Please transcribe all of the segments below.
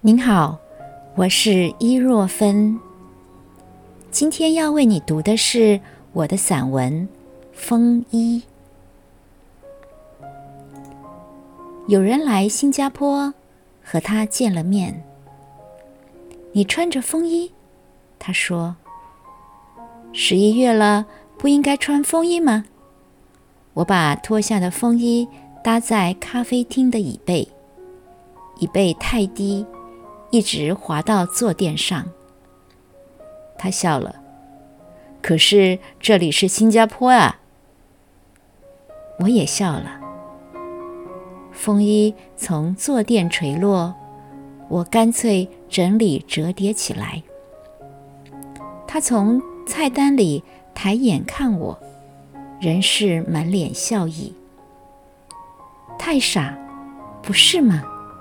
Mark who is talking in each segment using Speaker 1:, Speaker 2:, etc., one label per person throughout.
Speaker 1: 您好，我是伊若芬。今天要为你读的是我的散文《风衣》。有人来新加坡，和他见了面。你穿着风衣，他说。11月了，不应该穿风衣吗？我把脱下的风衣搭在咖啡厅的椅背，椅背太低，一直滑到坐垫上。他笑了。可是这里是新加坡啊。我也笑了。风衣从坐垫垂落，我干脆整理折叠起来。他从菜单里抬眼看我，仍是满脸笑意。太傻，不是吗？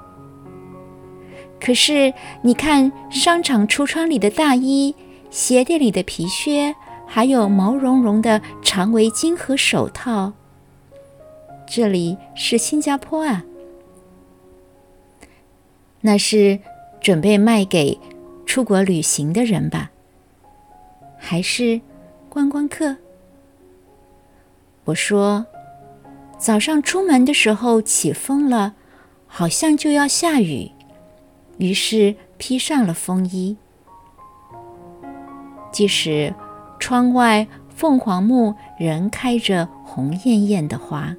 Speaker 1: 可是你看商场橱窗里的大衣，鞋店里的皮靴，还有毛茸茸的长围巾和手套。这里是新加坡啊。那是准备卖给出国旅行的人吧？还是观光客？我说，早上出门的时候起风了，好像就要下雨，于是披上了风衣。即使窗外凤凰木仍开着红艳艳的花。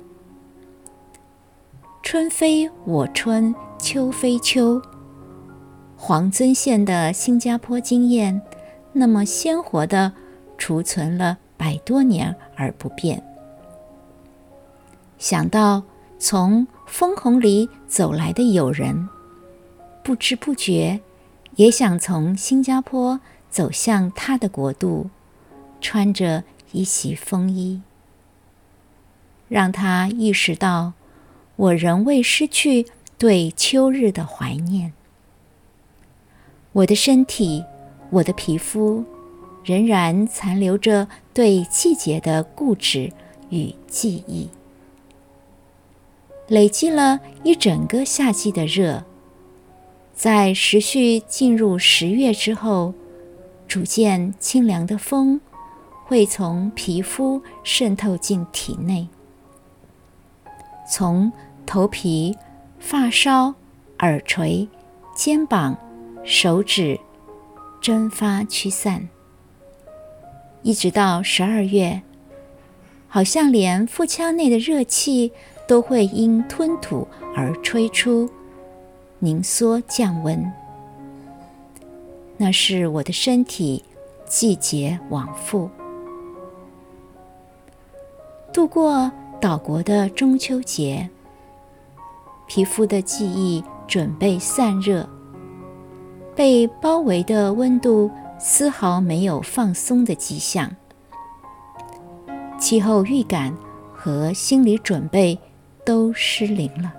Speaker 1: 春非我春，秋非秋。黄遵宪的新加坡经验那么鲜活地储存了100多年而不变。想到从枫红里走来的友人，不知不觉也想从新加坡走向他的国度，穿着一袭风衣，让他意识到我仍未失去对秋日的怀念。我的身体，我的皮肤，仍然残留着对季节的固执与记忆，累积了一整个夏季的热。在持续进入10月之后，逐渐清凉的风会从皮肤渗透进体内，从头皮、发梢、耳垂、肩膀、手指蒸发驱散，一直到12月，好像连腹腔内的热气都会因吞吐而吹出，凝缩降温。那是我的身体季节往复。度过岛国的中秋节，皮肤的记忆准备散热，被包围的温度丝毫没有放松的迹象。气候预感和心理准备都失灵了。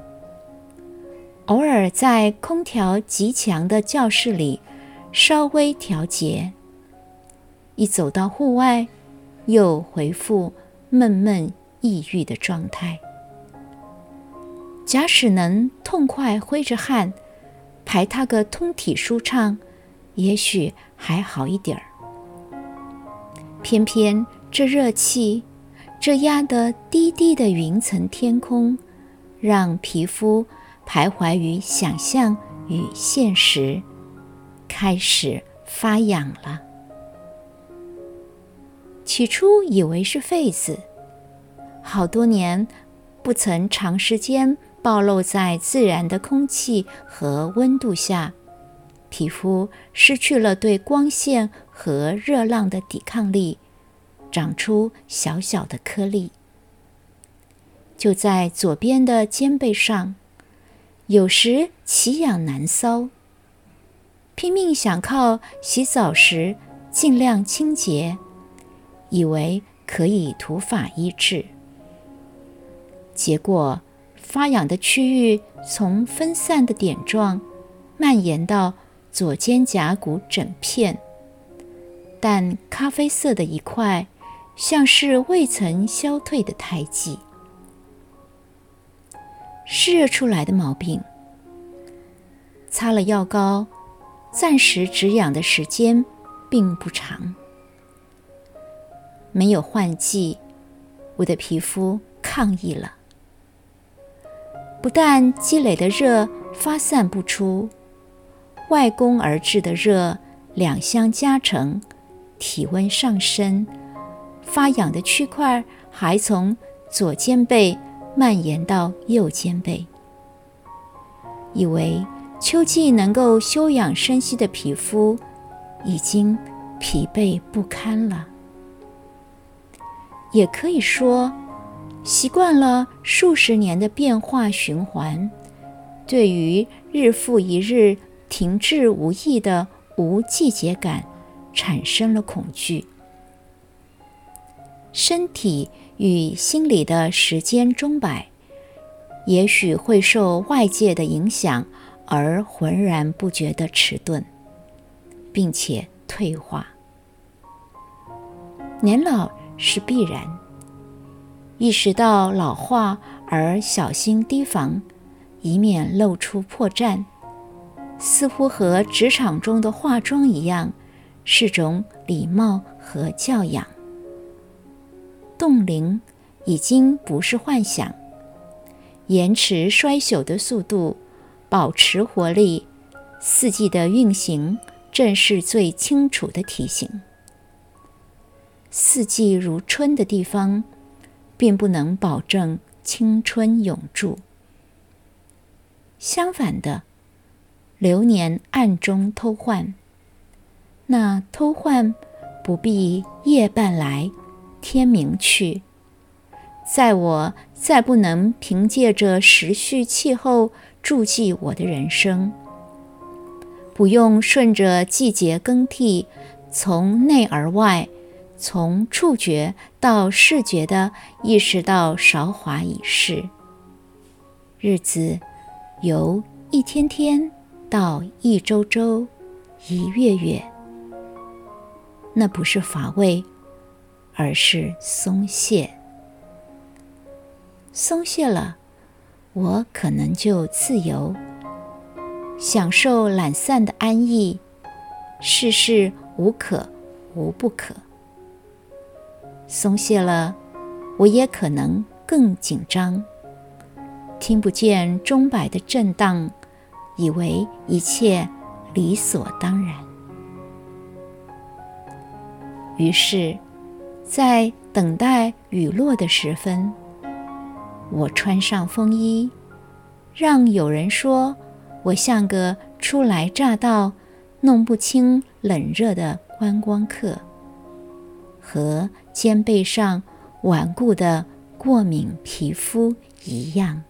Speaker 1: 偶尔在空调极强的教室里稍微调节，一走到户外，又回复闷闷抑郁的状态。假使能痛快挥着汗，排他个通体舒畅，也许还好一点儿。偏偏这热气，这压得低低的云层天空，让皮肤徘徊于想象与现实，开始发痒了。起初以为是痱子，好多年不曾长时间暴露在自然的空气和温度下，皮肤失去了对光线和热浪的抵抗力，长出小小的颗粒。就在左边的肩背上，有时奇痒难搔，拼命想靠洗澡时尽量清洁，以为可以土法医治。结果发痒的区域从分散的点状蔓延到左肩胛骨整片，但咖啡色的一块像是未曾消退的胎记。湿热出来的毛病， 擦了药膏，暂时止痒的时间并不长。没有换季，我的皮肤抗议了。不但积累的热发散不出，外攻而至的热两相加成，体温上升，发痒的区块还从左肩背蔓延到右肩背。以为秋季能够休养生息的皮肤已经疲惫不堪了。也可以说，习惯了数十年的变化循环，对于日复一日停滞无益的无季节感产生了恐惧。身体与心理的时间钟摆也许会受外界的影响而浑然不觉地迟钝，并且退化。年老是必然，意识到老化而小心提防，以免露出破绽，似乎和职场中的化妆一样，是种礼貌和教养。冻龄已经不是幻想，延迟衰朽的速度，保持活力，四季的运行正是最清楚的提醒。四季如春的地方，并不能保证青春永驻。相反的，流年暗中偷换，那偷换不必夜半来，天明去。在我再不能凭借着时序气候注记我的人生，不用顺着季节更替，从内而外，从触觉到视觉的意识到韶华已逝，日子由一天天到一周周，一月月。那不是乏味，而是松懈。松懈了，我可能就自由，享受懒散的安逸，事事无可无不可。松懈了，我也可能更紧张，听不见钟摆的震荡，以为一切理所当然。于是，在等待雨落的时分，我穿上风衣，让有人说我像个初来乍到、弄不清冷热的观光客，和肩背上顽固的过敏皮肤一样。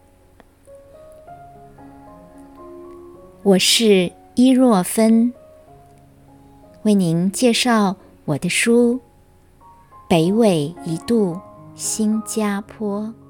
Speaker 1: 我是伊若芬，为您介绍我的书《北纬一度新加坡》。